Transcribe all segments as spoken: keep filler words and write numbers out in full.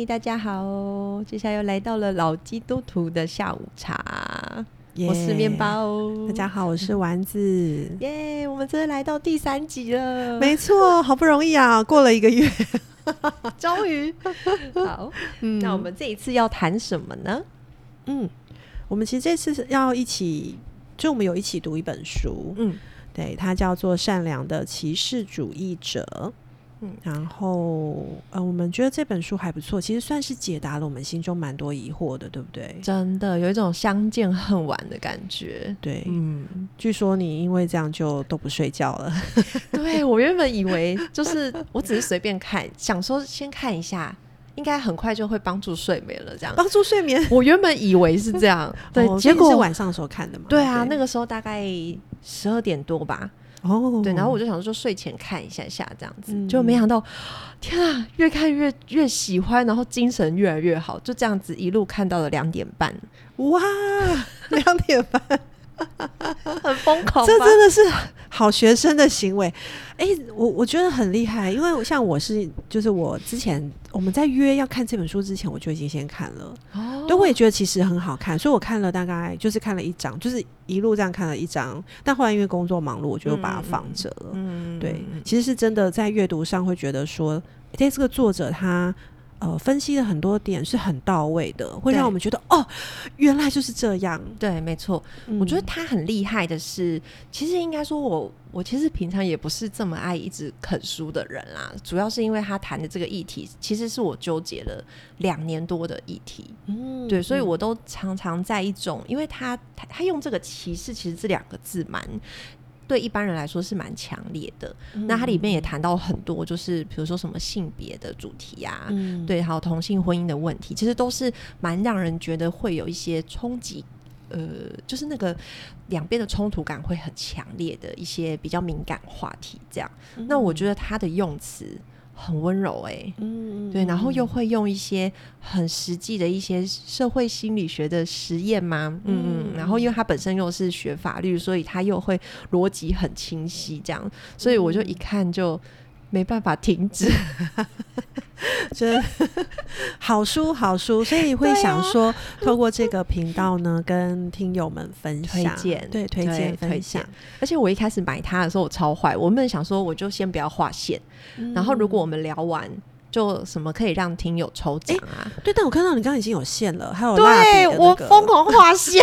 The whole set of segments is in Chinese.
大家好，接下来又来到了老基督徒的下午茶， yeah, 我是面包。 大家好，我是丸子。 耶、yeah, 我们真的来到第三集了， 没错，好不容易啊，过了一个月， 终于。好、嗯，那我们这一次要谈什么呢？ 嗯，我们其实这次要一起，就我们有一起读一本书，嗯，对，它叫做《善良的歧视主义者》。嗯，然后呃，我们觉得这本书还不错，其实算是解答了我们心中蛮多疑惑的，对不对？ 真的有一种相见恨晚的感觉。 对，嗯，据说你因为这样就都不睡觉了。 对，我原本以为就是我只是随便看，想说先看一下，应该很快就会帮助睡眠了，这样帮助睡眠。 我原本以为是这样，对， 哦、 结果是晚上的时候看的嘛？ 对啊，对，那个时候大概十二点多吧。哦，对，然后我就想说就睡前看一下下这样子，嗯、就没想到天啊，越看越越喜欢，然后精神越来越好，就这样子一路看到了两点半。 哇，两点半。 很疯狂吧， 这真的是好学生的行为。哎、欸，我我觉得很厉害，因为像我是，就是我之前我们在约要看这本书之前，我就已经先看了。哦，对，我也觉得其实很好看，所以我看了大概就是看了一章，就是一路这样看了一章。但后来因为工作忙碌，我就把它放着了。嗯，对，其实是真的在阅读上会觉得说，哎、欸，这个作者他。呃，分析的很多点是很到位的，会让我们觉得哦，原来就是这样。 对，没错、嗯。我觉得他很厉害的是，其实应该说我我其实平常也不是这么爱一直啃书的人啦，主要是因为他谈的这个议题，其实是我纠结了两年多的议题。嗯，对，所以我都常常在一种，因为他他他用这个歧视，其实这两个字蛮。对一般人来说是蛮强烈的、嗯、那它里面也谈到很多就是比如说什么性别的主题啊、嗯、对，还有同性婚姻的问题，其实都是蛮让人觉得会有一些冲击，呃，就是那个两边的冲突感会很强烈的一些比较敏感话题这样、嗯、那我觉得他的用词很温柔哎、欸，嗯，对，然后又会用一些很实际的一些社会心理学的实验嘛，嗯嗯，然后因为他本身又是学法律，所以他又会逻辑很清晰，这样，所以我就一看就没办法停止。 真好书好书，所以会想说透过这个频道呢跟听友们分享推荐， 对，推荐分享。 而且我一开始买它的时候我超坏，我们想说我就先不要划线、嗯、然后如果我们聊完就什么可以让听友抽奖啊、 欸、对，但我看到你刚刚已经有线了，还有蜡笔的、那个、 对，我疯狂划线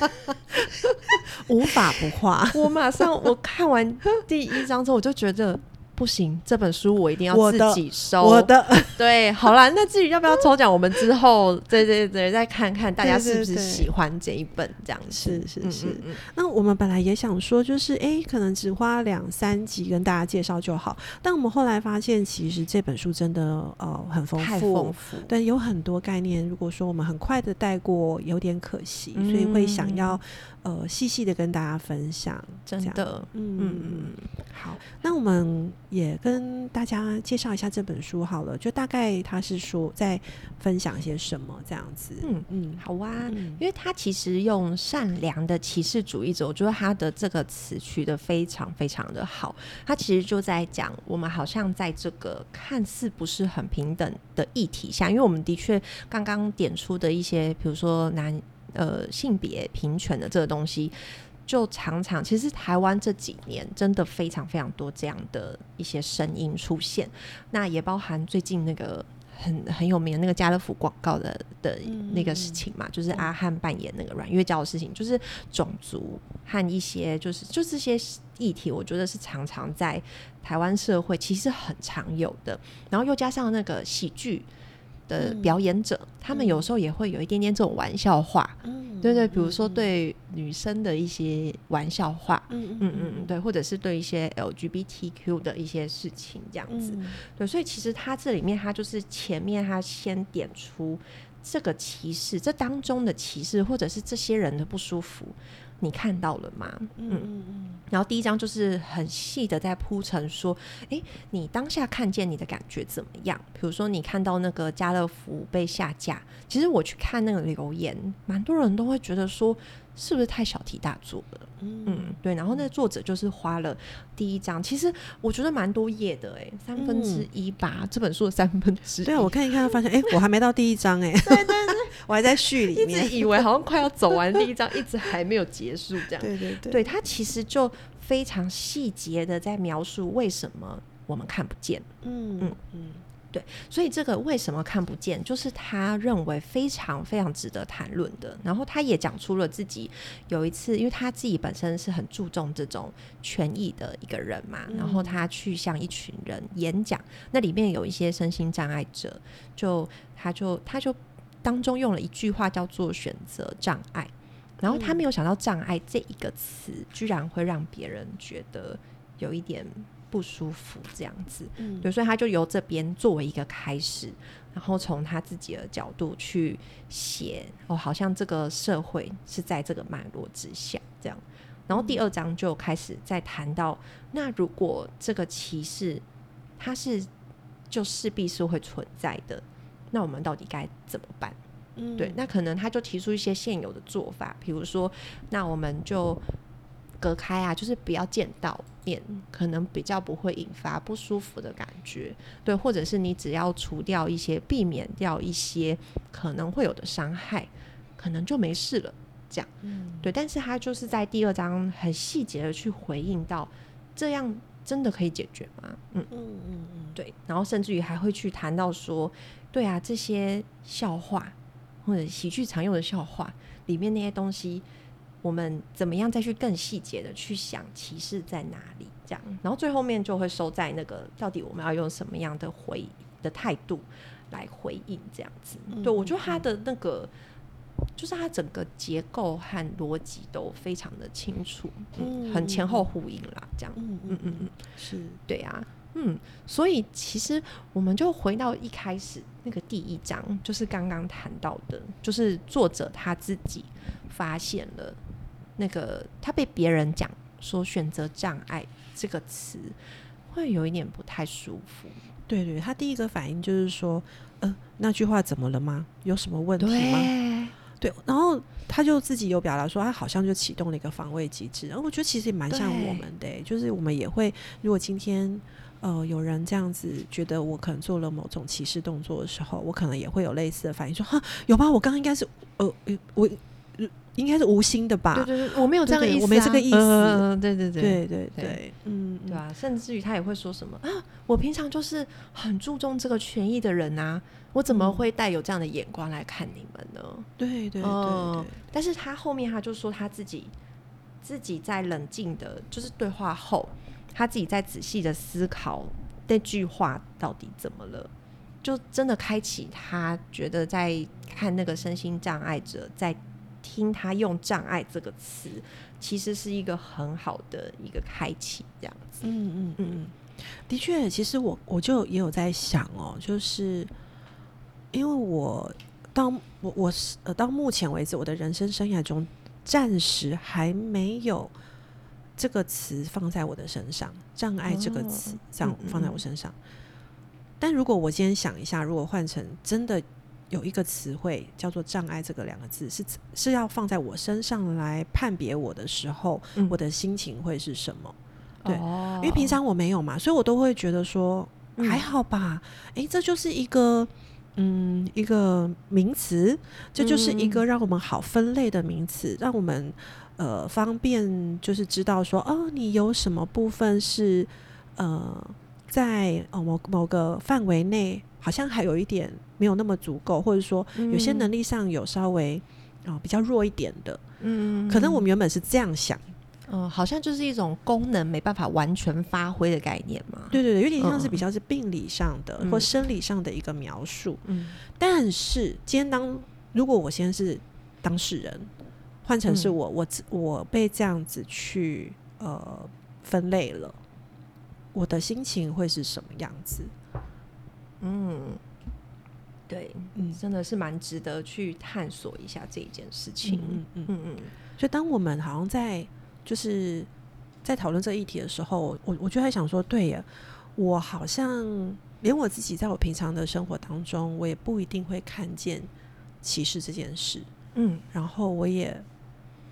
无法不画。 我马上我看完第一章之后我就觉得不行，这本书我一定要自己收。 我的，我的对，好啦，那至于要不要抽奖，我们之后对对对再看看大家是不是喜欢这一本这样子。 是是是、嗯嗯嗯。那我们本来也想说，就是哎，可能只花两三集跟大家介绍就好，但我们后来发现，其实这本书真的呃很丰富， 太丰富， 对，有很多概念。如果说我们很快的带过，有点可惜，嗯、所以会想要呃细细的跟大家分享。 真的，嗯嗯嗯。 好，那我们也跟大家介绍一下这本书好了，就大概他是说在分享些什么这样子。 嗯嗯，好啊、嗯，因为他其实用善良的歧视主义者，我觉得他的这个词取得非常非常的好。他其实就在讲，我们好像在这个看似不是很平等的议题下，因为我们的确刚刚点出的一些，比如说男呃性别平权的这个东西。就常常其实台湾这几年真的非常非常多这样的一些声音出现，那也包含最近那个很很有名的那个家乐福广告的的那个事情嘛、嗯、就是阿汉扮演那个阮月娇的事情，就是种族和一些就是就这些议题，我觉得是常常在台湾社会其实很常有的，然后又加上那个喜剧的表演者、嗯、他们有时候也会有一点点这种玩笑话、嗯、对对，比如说对女生的一些玩笑话，嗯嗯嗯，对，或者是对一些 L G B T Q 的一些事情这样子、嗯、对，所以其实他这里面他就是前面他先点出这个歧视，这当中的歧视或者是这些人的不舒服你看到了吗？嗯嗯嗯。然后第一章就是很细的在铺陈说，哎，你当下看见你的感觉怎么样？比如说你看到那个家乐福被下架，其实我去看那个留言，蛮多人都会觉得说， 是不是太小题大做了？嗯, 嗯对，然后那作者就是花了第一章，其实我觉得蛮多页的哎、欸，三分之一吧、嗯，这本书的三分之一。 对啊，我看一看发现，哎、欸，我还没到第一章哎、欸， 对对对， 我还在序里面， 一直以为好像快要走完第一章，一直还没有结束这样。 对对对， 对，他其实就非常细节的在描述为什么我们看不见。嗯嗯嗯。对，所以这个为什么看不见，就是他认为非常非常值得谈论的。然后他也讲出了自己有一次，因为他自己本身是很注重这种权益的一个人嘛，然后他去向一群人演讲，那里面有一些身心障碍者，就他就他就当中用了一句话叫做选择障碍，然后他没有想到障碍这一个词居然会让别人觉得有一点不舒服这样子、嗯、对，所以他就由这边作为一个开始，然后从他自己的角度去写哦，好像这个社会是在这个脉络之下这样。然后第二章就开始在谈到、嗯、那如果这个歧视它是就势必是会存在的，那我们到底该怎么办？嗯、对，那可能他就提出一些现有的做法，比如说那我们就隔开啊，就是不要见到面，可能比较不会引发不舒服的感觉，对，或者是你只要除掉一些避免掉一些可能会有的伤害，可能就没事了这样、嗯、对。但是他就是在第二章很细节的去回应到这样真的可以解决吗？嗯嗯嗯嗯，对，然后甚至于还会去谈到说对啊，这些笑话或者喜剧常用的笑话里面那些东西，我们怎么样再去更细节的去想歧视在哪里这样，然后最后面就会收在那个到底我们要用什么样的回的态度来回应这样子、嗯、对，我觉得他的那个就是他整个结构和逻辑都非常的清楚、嗯、很前后呼应啦这样。嗯嗯嗯嗯，是，对啊。嗯，所以其实我们就回到一开始那个第一章，就是刚刚谈到的，就是作者他自己发现了那个他被别人讲说选择障碍这个词会有一点不太舒服。 对对，他第一个反应就是说呃，那句话怎么了吗？有什么问题吗？ 对, 对，然后他就自己有表达说他好像就启动了一个防卫机制，然后我觉得其实也蛮像我们的、欸、就是我们也会如果今天呃，有人这样子觉得我可能做了某种歧视动作的时候，我可能也会有类似的反应说哈，有吗？我刚刚应该是呃我应该是无心的吧？ 对对对，我没有这样的意思、啊、 对对我没这个意思、呃、 对对对对对对，嗯， 对啊，甚至于他也会说什么啊，我平常就是很注重这个权益的人啊，我怎么会带有这样的眼光来看你们呢？ 对对对对、 呃、但是他后面他就说他自己自己在冷静的就是对话后，他自己在仔细的思考那句话到底怎么了，就真的开启他觉得在看那个身心障碍者在听他用障碍这个词其实是一个很好的一个开启这样子。 嗯嗯嗯，的确其实我我就也有在想哦，就是因为我到我我呃到目前为止我的人生生涯中暂时还没有这个词放在我的身上，障碍这个词这样放在我身上、哦嗯嗯、但如果我今天想一下，如果换成真的有一个词汇叫做障碍这个两个字 是, 是要放在我身上来判别我的时候、嗯、我的心情会是什么？对、哦、因为平常我没有嘛，所以我都会觉得说、嗯、还好吧，诶，这就是一个嗯一个名词，这就是一个让我们好分类的名词、嗯、让我们呃方便就是知道说哦，你有什么部分是呃在、哦、某, 某个范围内好像还有一点没有那么足够，或者说有些能力上有稍微、嗯哦、比较弱一点的，嗯，可能我们原本是这样想， 嗯、呃，好像就是一种功能没办法完全发挥的概念嘛。 对对对，有点像是比较是病理上的、嗯、或生理上的一个描述。嗯，但是今天当如果我先是当事人，换成是我、嗯、我我被这样子去呃分类了，我的心情会是什么样子？ 嗯，对，嗯，真的是蛮值得去探索一下这一件事情。嗯嗯嗯嗯。 所以当我们好像在就是在讨论这个议题的时候，我我就在想说，对耶，我好像连我自己在我平常的生活当中，我也不一定会看见歧视这件事。嗯，然后我也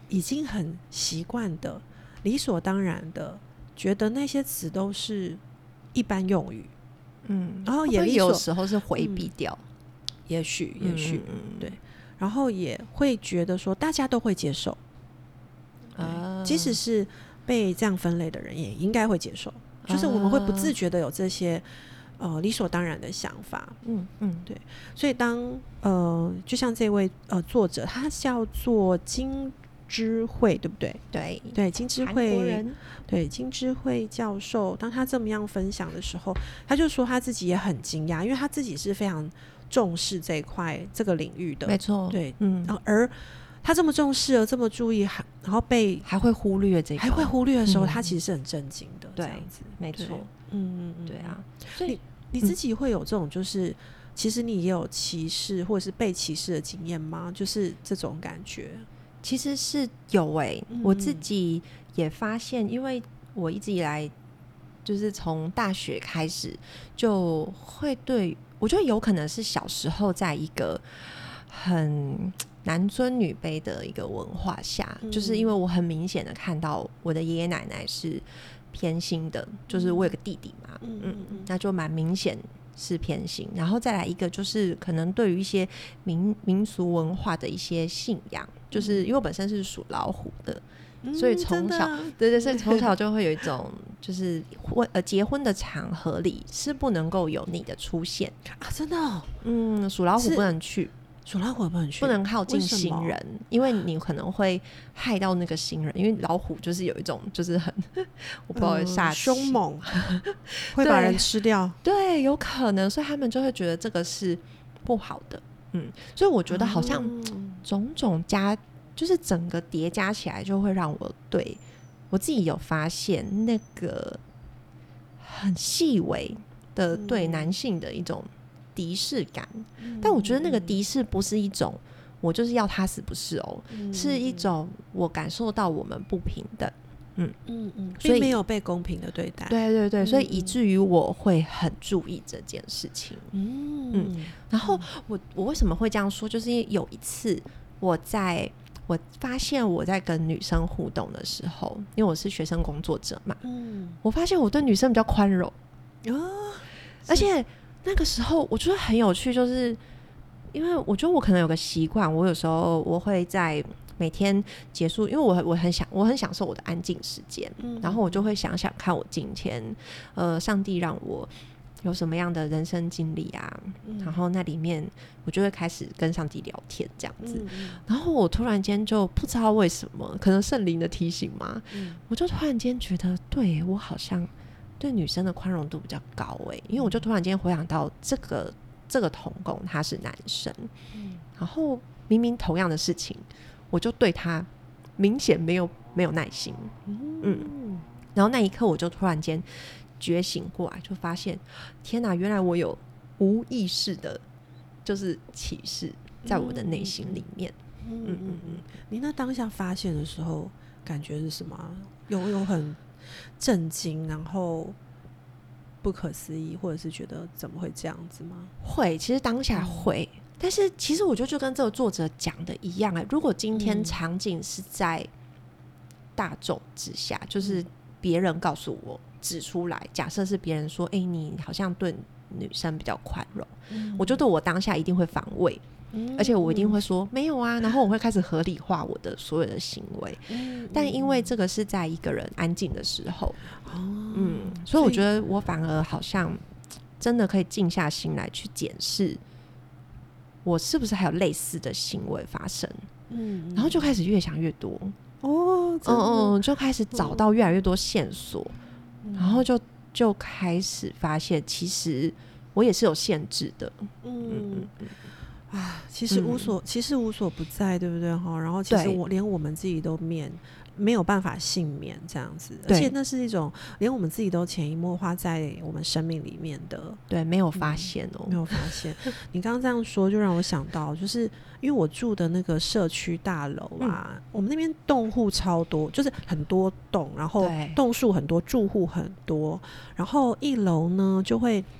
已经很习惯的理所当然的觉得那些词都是一般用语， 嗯， 然后也会有时候是回避掉， 嗯、也许也许、 嗯、 对，然后也会觉得说大家都会接受，啊，即使是被这样分类的人也应该会接受，就是我们会不自觉的有这些呃理所当然的想法， 嗯嗯， 对，所以当呃就像这位呃作者，他叫做金之慧，对不对？ 对对，金之慧人， 对金之慧教授，当他这么样分享的时候，他就说他自己也很惊讶，因为他自己是非常重视这一块这个领域的， 没错， 对， 嗯， 然后而他这么重视了，这么注意，然后被还会忽略这个， 还会忽略的时候， 嗯、 他其实是很震惊的， 对， 这样子， 没错， 嗯嗯， 对啊， 所以你你自己会有这种就是。嗯其实你也有歧视或者是被歧视的经验吗？就是这种感觉。 其实是有诶、欸嗯，我自己也发现，因为我一直以来就是从大学开始就会对，我觉得有可能是小时候在一个很男尊女卑的一个文化下，嗯、就是因为我很明显的看到我的爷爷奶奶是偏心的，就是我有个弟弟嘛，嗯嗯嗯，那就蛮明显是偏心，然后再来一个就是可能对于一些民民俗文化的一些信仰，就是因为我本身是属老虎的，嗯、所以从小对对，所以从小就会有一种就是婚呃结婚的场合里是不能够有你的出现啊，真的、哦， 嗯，属老虎不能去。 属老虎不能去， 不能靠近新人，因为你可能会害到那个新人。因为老虎就是有一种，就是很我不知道煞气、 嗯、凶猛，会把人吃掉。 对，有可能，所以他们就会觉得这个是不好的。嗯，所以我觉得好像种种加，就是整个叠加起来，就会让我对我自己有发现那个很细微的对男性的一种敌视感，嗯、但我觉得那个敌视不是一种我就是要他死不是哦，嗯、是一种我感受到我们不平等，嗯嗯嗯，所以没有被公平的对待， 对对对，嗯、所以以至于我会很注意这件事情，嗯嗯，然后我我为什么会这样说，就是因为有一次我在我发现我在跟女生互动的时候，因为我是学生工作者嘛，嗯，我发现我对女生比较宽容，哦，而且那个时候我觉得很有趣，就是因为我觉得我可能有个习惯，我有时候我会在每天结束，因为我我很想我很享受我的安静时间，嗯、然后我就会想想看我今天呃上帝让我有什么样的人生经历啊，嗯、然后那里面我就会开始跟上帝聊天这样子，嗯、然后我突然间就不知道为什么，可能圣灵的提醒嘛，嗯、我就突然间觉得对我好像对女生的宽容度比较高欸，因为我就突然间回想到这个这个同工他是男生，嗯、然后明明同样的事情，我就对他明显没有没有耐心，嗯，嗯然后那一刻我就突然間覺醒過來，就發現天哪，原來我有無意識的就是歧視在我的內心裡面。 嗯嗯嗯嗯，你那當下發現的時候感覺是什麼？有有很震驚，然後不可思議，或者是覺得怎麼會這樣子嗎？ 會，其實當下會，嗯、但是其實我覺得就跟這個作者講的一樣，如果今天場景是在大眾之下，嗯、就是別人告訴我指出來，假設是別人說，哎、欸，你好像對女生比較寬容，嗯、我覺得我當下一定會防衛。嗯、而且我一定會說、嗯、沒有啊，然後我會開始合理化我的所有的行為，嗯、但因為這個是在一個人安靜的時候，哦、嗯，所以我覺得我反而好像真的可以靜下心來去檢視我是不是還有類似的行為發生，嗯，然後就開始越想越多，哦，嗯嗯，就開始找到越來越多線索，嗯、然後就就開始發現其實我也是有限制的，嗯嗯嗯。 啊，其實無所、嗯、其實無所不在，對不對？然後其實我連我們自己都免沒有辦法幸免這樣子，而且那是一種連我們自己都潛移默化在我們生命裡面的， 對，沒有發現哦， 嗯、沒有發現。你剛剛這樣說，就讓我想到，就是因為我住的那個社區大樓啊，嗯、我們那邊棟戶超多，就是很多棟，然後棟數很多，住戶很多，然後一樓呢就會。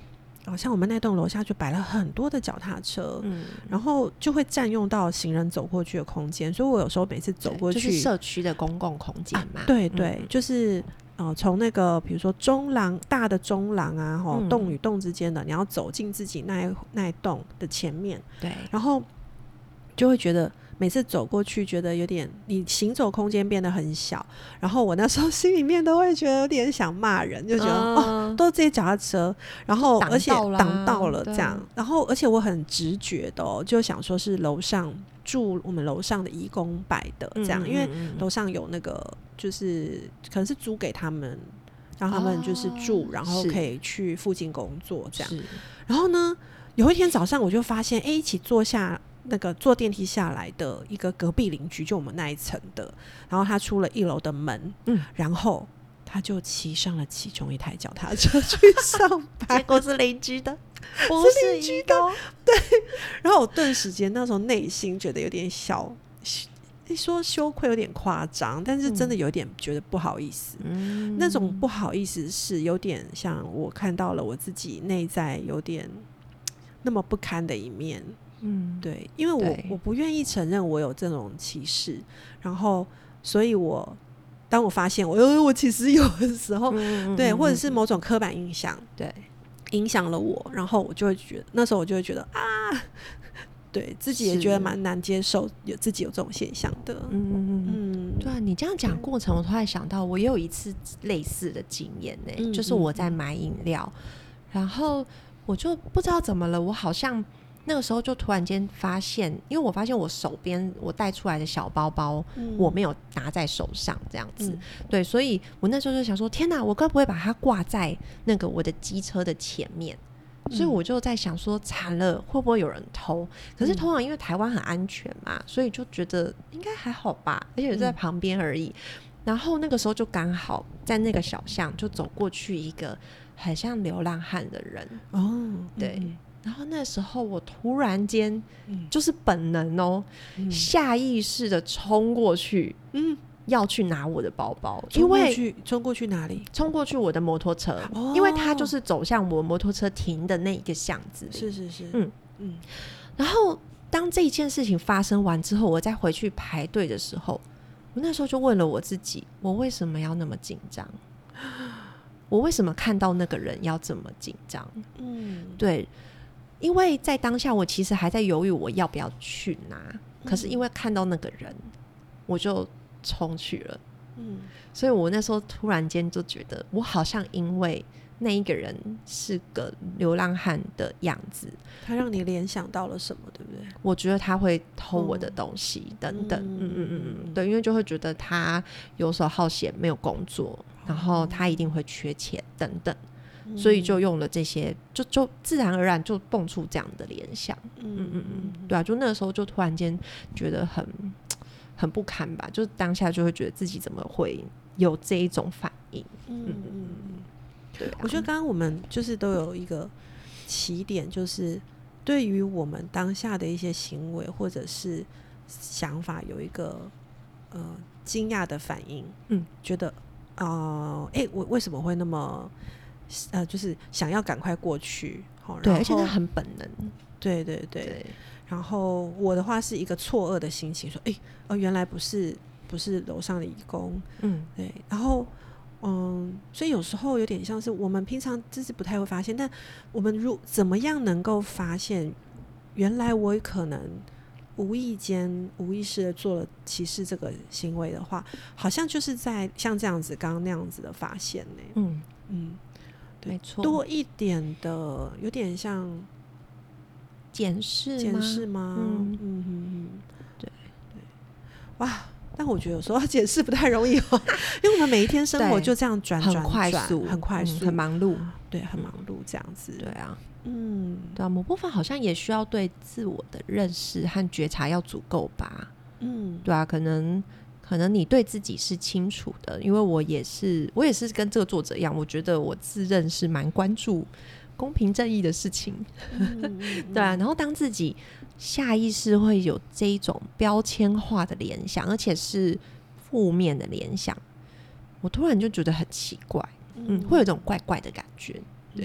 好像我们那栋楼下就摆了很多的脚踏车， 嗯， 然后就会占用到行人走过去的空间，所以我有时候每次走过去， 就是社区的公共空间嘛、 啊、对对、 嗯、 就是呃，从那个比如说中廊大的中廊啊，吼、嗯，栋与栋之间的，你要走进自己那一那一栋的前面， 对， 然后就会觉得每次走过去觉得有点你行走空间变得很小，然后我那时候心里面都会觉得有点想骂人，就觉得、嗯、哦，都这些脚踏车，然后而且挡到了这样，然后而且我很直觉的、哦、就想说是楼上住我们楼上的移工摆的这样、嗯嗯嗯、因为楼上有那个就是可能是租给他们让他们就是住、哦、然后可以去附近工作这样，然后呢有一天早上我就发现哎，一起坐下那个坐电梯下来的一个隔壁邻居，就我们那一层的，然后他出了一楼的门、嗯、然后他就骑上了其中一台脚踏车去上班， 结果是邻居的， 不是邻居的，对。然后我顿时间那时候内心觉得有点小，一说羞愧有点夸张，但是真的有点觉得不好意思、嗯、那种不好意思是有点像我看到了我自己内在有点那么不堪的一面。嗯，对，因为我我不愿意承认我有这种歧视，然后所以我当我发现我呃我其实有的时候、嗯、对，或者是某种刻板印象对影响了我，然后我就会觉得那时候我就会觉得啊，对自己也觉得蛮难接受有自己有这种现象的。嗯嗯嗯，对啊，你这样讲过程我突然想到我也有一次类似的经验呢、欸嗯，就是我在买饮料、嗯、然后我就不知道怎么了，我好像那个时候就突然间发现，因为我发现我手边我带出来的小包包、嗯、我没有拿在手上这样子、嗯、对，所以我那时候就想说天哪，我该不会把它挂在那个我的机车的前面、嗯、所以我就在想说惨了，会不会有人偷，可是通常因为台湾很安全嘛，所以就觉得应该还好吧，而且就在旁边而已、嗯、然后那个时候就刚好在那个小巷就走过去一个很像流浪汉的人哦，对、嗯，然后那时候我突然间、嗯、就是本能哦、嗯、下意识的冲过去，嗯，要去拿我的包包， 因为冲过去哪里？ 冲过去我的摩托车、哦、因为他就是走向我摩托车停的那一个巷子里， 是是是， 嗯嗯。然后当这一件事情发生完之后，我再回去排队的时候，我那时候就问了我自己，我为什么要那么紧张？我为什么看到那个人要这么紧张？嗯，对。因为在当下我其实还在犹豫我要不要去拿、嗯、可是因为看到那个人我就冲去了，嗯，所以我那时候突然间就觉得我好像因为那一个人是个流浪汉的样子， 他让你联想到了什么，对不对？ 我觉得他会偷我的东西、嗯、等等，嗯嗯嗯嗯，对，因为就会觉得他游手好闲没有工作、嗯、然后他一定会缺钱等等，所以就用了这些，就就自然而然就蹦出这样的联想。嗯嗯嗯，对啊，就那个时候就突然间觉得很很不堪吧，就当下就会觉得自己怎么会有这一种反应。嗯嗯嗯，对、啊， 我觉得刚刚我们就是都有一个起点，就是对于我们当下的一些行为或者是想法有一个呃惊讶的反应，嗯，觉得啊，哎、呃，我为什么会那么呃，就是想要赶快过去，好， 对，而且它很本能， 对对 对, 对。然后我的话是一个错愕的心情，说，哎、欸，哦，原来不是不是楼上的义工，嗯，对。然后，嗯，所以有时候有点像是我们平常就是不太会发现，但我们如怎么样能够发现，原来我可能无意间、无意识的做了歧视这个行为的话，好像就是在像这样子、刚刚那样子的发现呢，嗯嗯。 没错， 多一点的，有点像检视检视吗？嗯嗯嗯， 对对，哇！但我觉得有时候检视不太容易哦，因为我们每一天生活就这样转转转， 很快速， 很快速， 嗯、很忙碌， 对，很忙碌这样子。 对啊，嗯，对啊，某部分好像也需要对自我的认识和觉察要足够吧。嗯，对啊，可能。可能你对自己是清楚的，因为我也是我也是跟这个作者一样，我觉得我自认是蛮关注公平正义的事情、嗯嗯嗯、对啊，然后当自己下意识会有这一种标签化的联想，而且是负面的联想，我突然就觉得很奇怪，嗯，会有一种怪怪的感觉，对，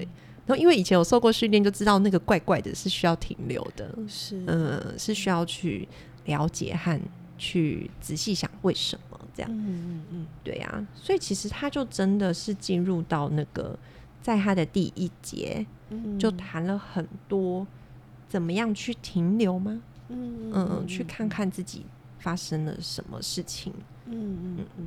然后因为以前有受过训练，就知道那个怪怪的是需要停留的， 是嗯，是需要去了解和去仔细想为什么这样。 嗯嗯嗯， 对啊，所以其实他就真的是进入到那个在他的第一节、嗯、就谈了很多怎么样去停留吗？嗯 嗯, 嗯, 嗯，去看看自己发生了什么事情。嗯嗯嗯。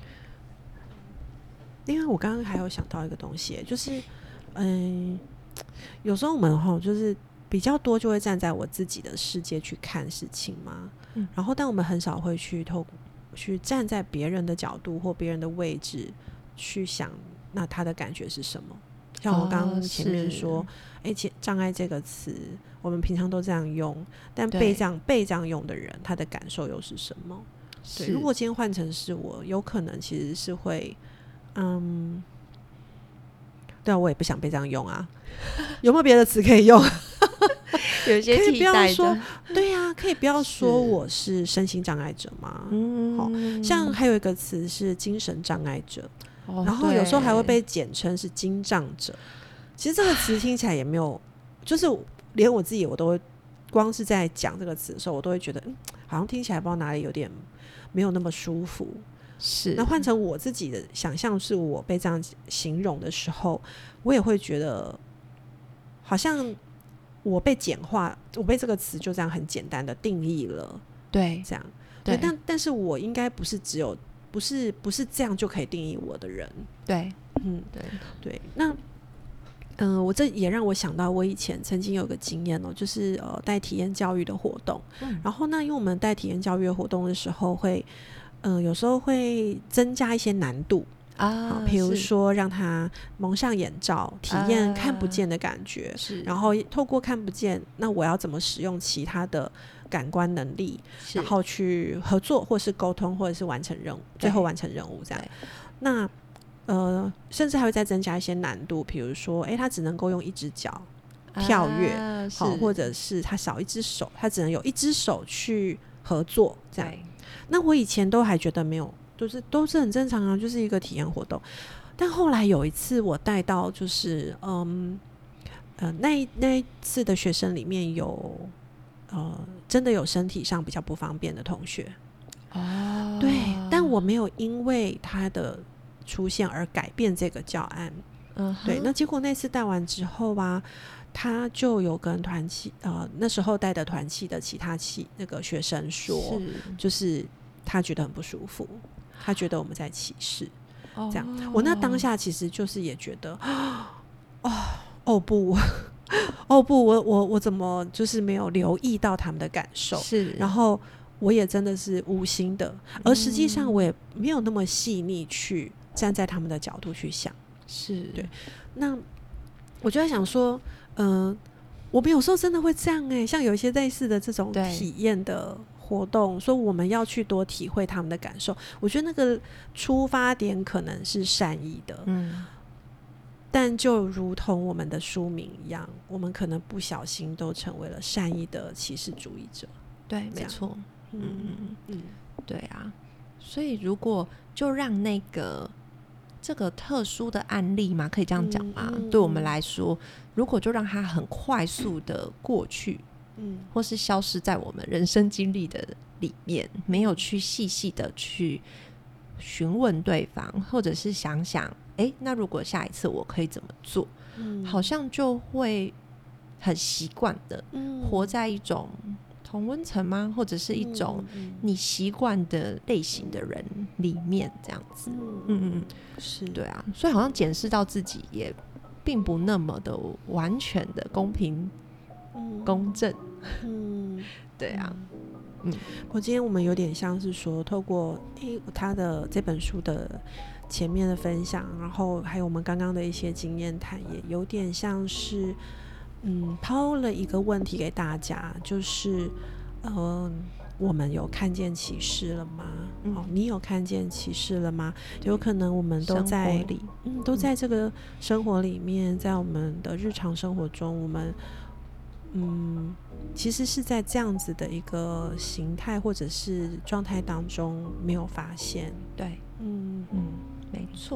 因为我刚刚还有想到一个东西，就是嗯，有时候我们吼就是比较多就会站在我自己的世界去看事情嘛，嗯、然后但我们很少会去透去站在别人的角度或别人的位置去想，那他的感觉是什么？像我刚刚前面说，哎、哦，障碍这个词，我们平常都这样用，但被这样被这样用的人，他的感受又是什么？对，如果今天换成是我，有可能其实是会。嗯，对啊，我也不想被这样用啊。有没有别的词可以用？ 有一些替代的。 可以不要说，对呀、啊，可以不要说我是身心障碍者吗？嗯，好像还有一个词是精神障碍者，哦、然后有时候还会被简称是精障者。其实这个词听起来也没有，就是连我自己我都会，光是在讲这个词的时候，我都会觉得，嗯，好像听起来不知道哪里有点没有那么舒服。是，那换成我自己的想象，是我被这样形容的时候，我也会觉得好像我被简化，我被这个词就这样很简单的定义了。对，这样对，但但是我应该不是只有不是不是这样就可以定义我的人。对，嗯，对对，那嗯、呃，我这也让我想到我以前曾经有个经验哦，就是呃带体验教育的活动，嗯、然后呢，因为我们带体验教育的活动的时候会。嗯、呃，有时候会增加一些难度啊，比如说让他蒙上眼罩，体验看不见的感觉，是、啊，然后透过看不见，那我要怎么使用其他的感官能力，然后去合作，或是沟通，或者是完成任务，最后完成任务这样。那呃，甚至还会再增加一些难度，比如说，哎，他只能够用一只脚跳跃，啊、好，或者是他少一只手，他只能有一只手去合作这样。那我以前都还觉得没有，就是都是很正常啊，就是一个体验活动。但后来有一次我带到就是嗯呃那那一次的学生里面有呃真的有身体上比较不方便的同学哦，对，但我没有因为他的出现而改变这个教案。嗯，对，那结果那次带完之后啊，他就有跟团契呃那时候带的团契的其他系那个学生说，是就是他觉得很不舒服，他觉得我们在歧视，哦、这样。我那当下其实就是也觉得，哦哦不，哦不，我我我怎么就是没有留意到他们的感受？是，然后我也真的是无心的，而实际上我也没有那么细腻去站在他们的角度去想。是，对。那我就在想说，嗯、呃，我们有时候真的会这样哎、欸，像有一些类似的这种体验的活动，说我们要去多体会他们的感受，我觉得那个出发点可能是善意的，嗯，但就如同我们的书名一样，我们可能不小心都成为了善意的歧视主义者。对，没错，嗯嗯嗯，对啊，所以如果就让那个这个特殊的案例嘛，可以这样讲吗？嗯嗯、对我们来说，如果就让它很快速的过去，嗯，或是消失在我们人生经历的里面，没有去细细的去询问对方，或者是想想，哎，那如果下一次我可以怎么做？嗯，好像就会很习惯的活在一种同温层吗？或者是一种你习惯的类型的人里面这样子。嗯嗯嗯，是，对啊，所以好像检视到自己也并不那么的完全的公平、嗯、公正。嗯，对啊。嗯，我今天我们有点像是说，透过诶他的这本书的前面的分享，然后还有我们刚刚的一些经验谈，也有点像是。嗯，抛了一个问题给大家，就是呃，我们有看见歧视了吗？嗯、哦，你有看见歧视了吗？有可能我们都在嗯，都在这个生活里面，在我们的日常生活中，我们嗯，其实是在这样子的一个形态或者是状态当中没有发现。对，嗯嗯，没错。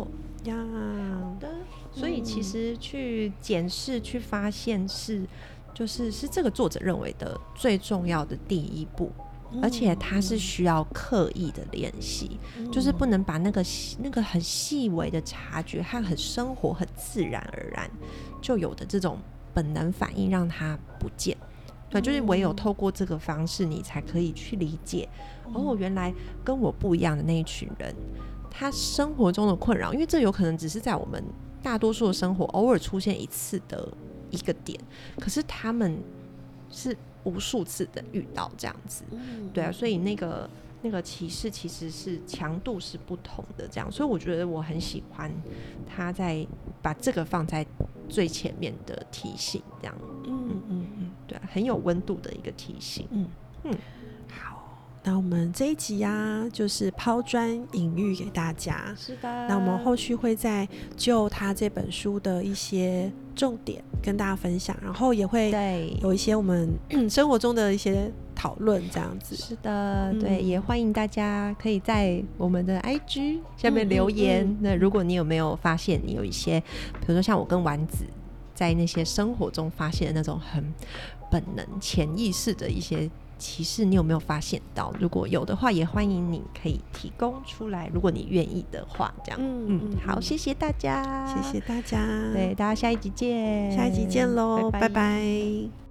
呀。 好的，所以其实去检视、去发现是，就是是这个作者认为的最重要的第一步。而且它是需要刻意的练习、嗯，就是不能把那个那个很细微的察觉和很生活、很自然而然就有的这种本能反应让它不见。对，就是唯有透过这个方式，你才可以去理解，嗯、哦，原来跟我不一样的那一群人，他生活中的困扰，因为这有可能只是在我们大多数的生活偶尔出现一次的一个点，可是他们是无数次的遇到这样子，对啊，所以那个那个歧视其实是强度是不同的，这样，所以我觉得我很喜欢他在把这个放在最前面的提醒，这样，嗯嗯嗯，对啊，很有温度的一个提醒，嗯嗯， 好。那我们这一集啊，就是抛砖引玉给大家。 是的。 那我们后续会再就他这本书的一些重点跟大家分享，然后也会有一些我们生活中的一些讨论，这样子。 是的，对、嗯，也欢迎大家可以在我们的 I G 下面留言。嗯嗯嗯、那如果你有没有发现你有一些，比如说像我跟丸子在那些生活中发现的那种很本能、潜意识的一些歧视，你有没有发现到？如果有的话，也欢迎你可以提供出来，如果你愿意的话，这样。嗯嗯，好，谢谢大家， 谢谢大家， 对，大家下一集见， 下一集见喽，拜拜。拜拜。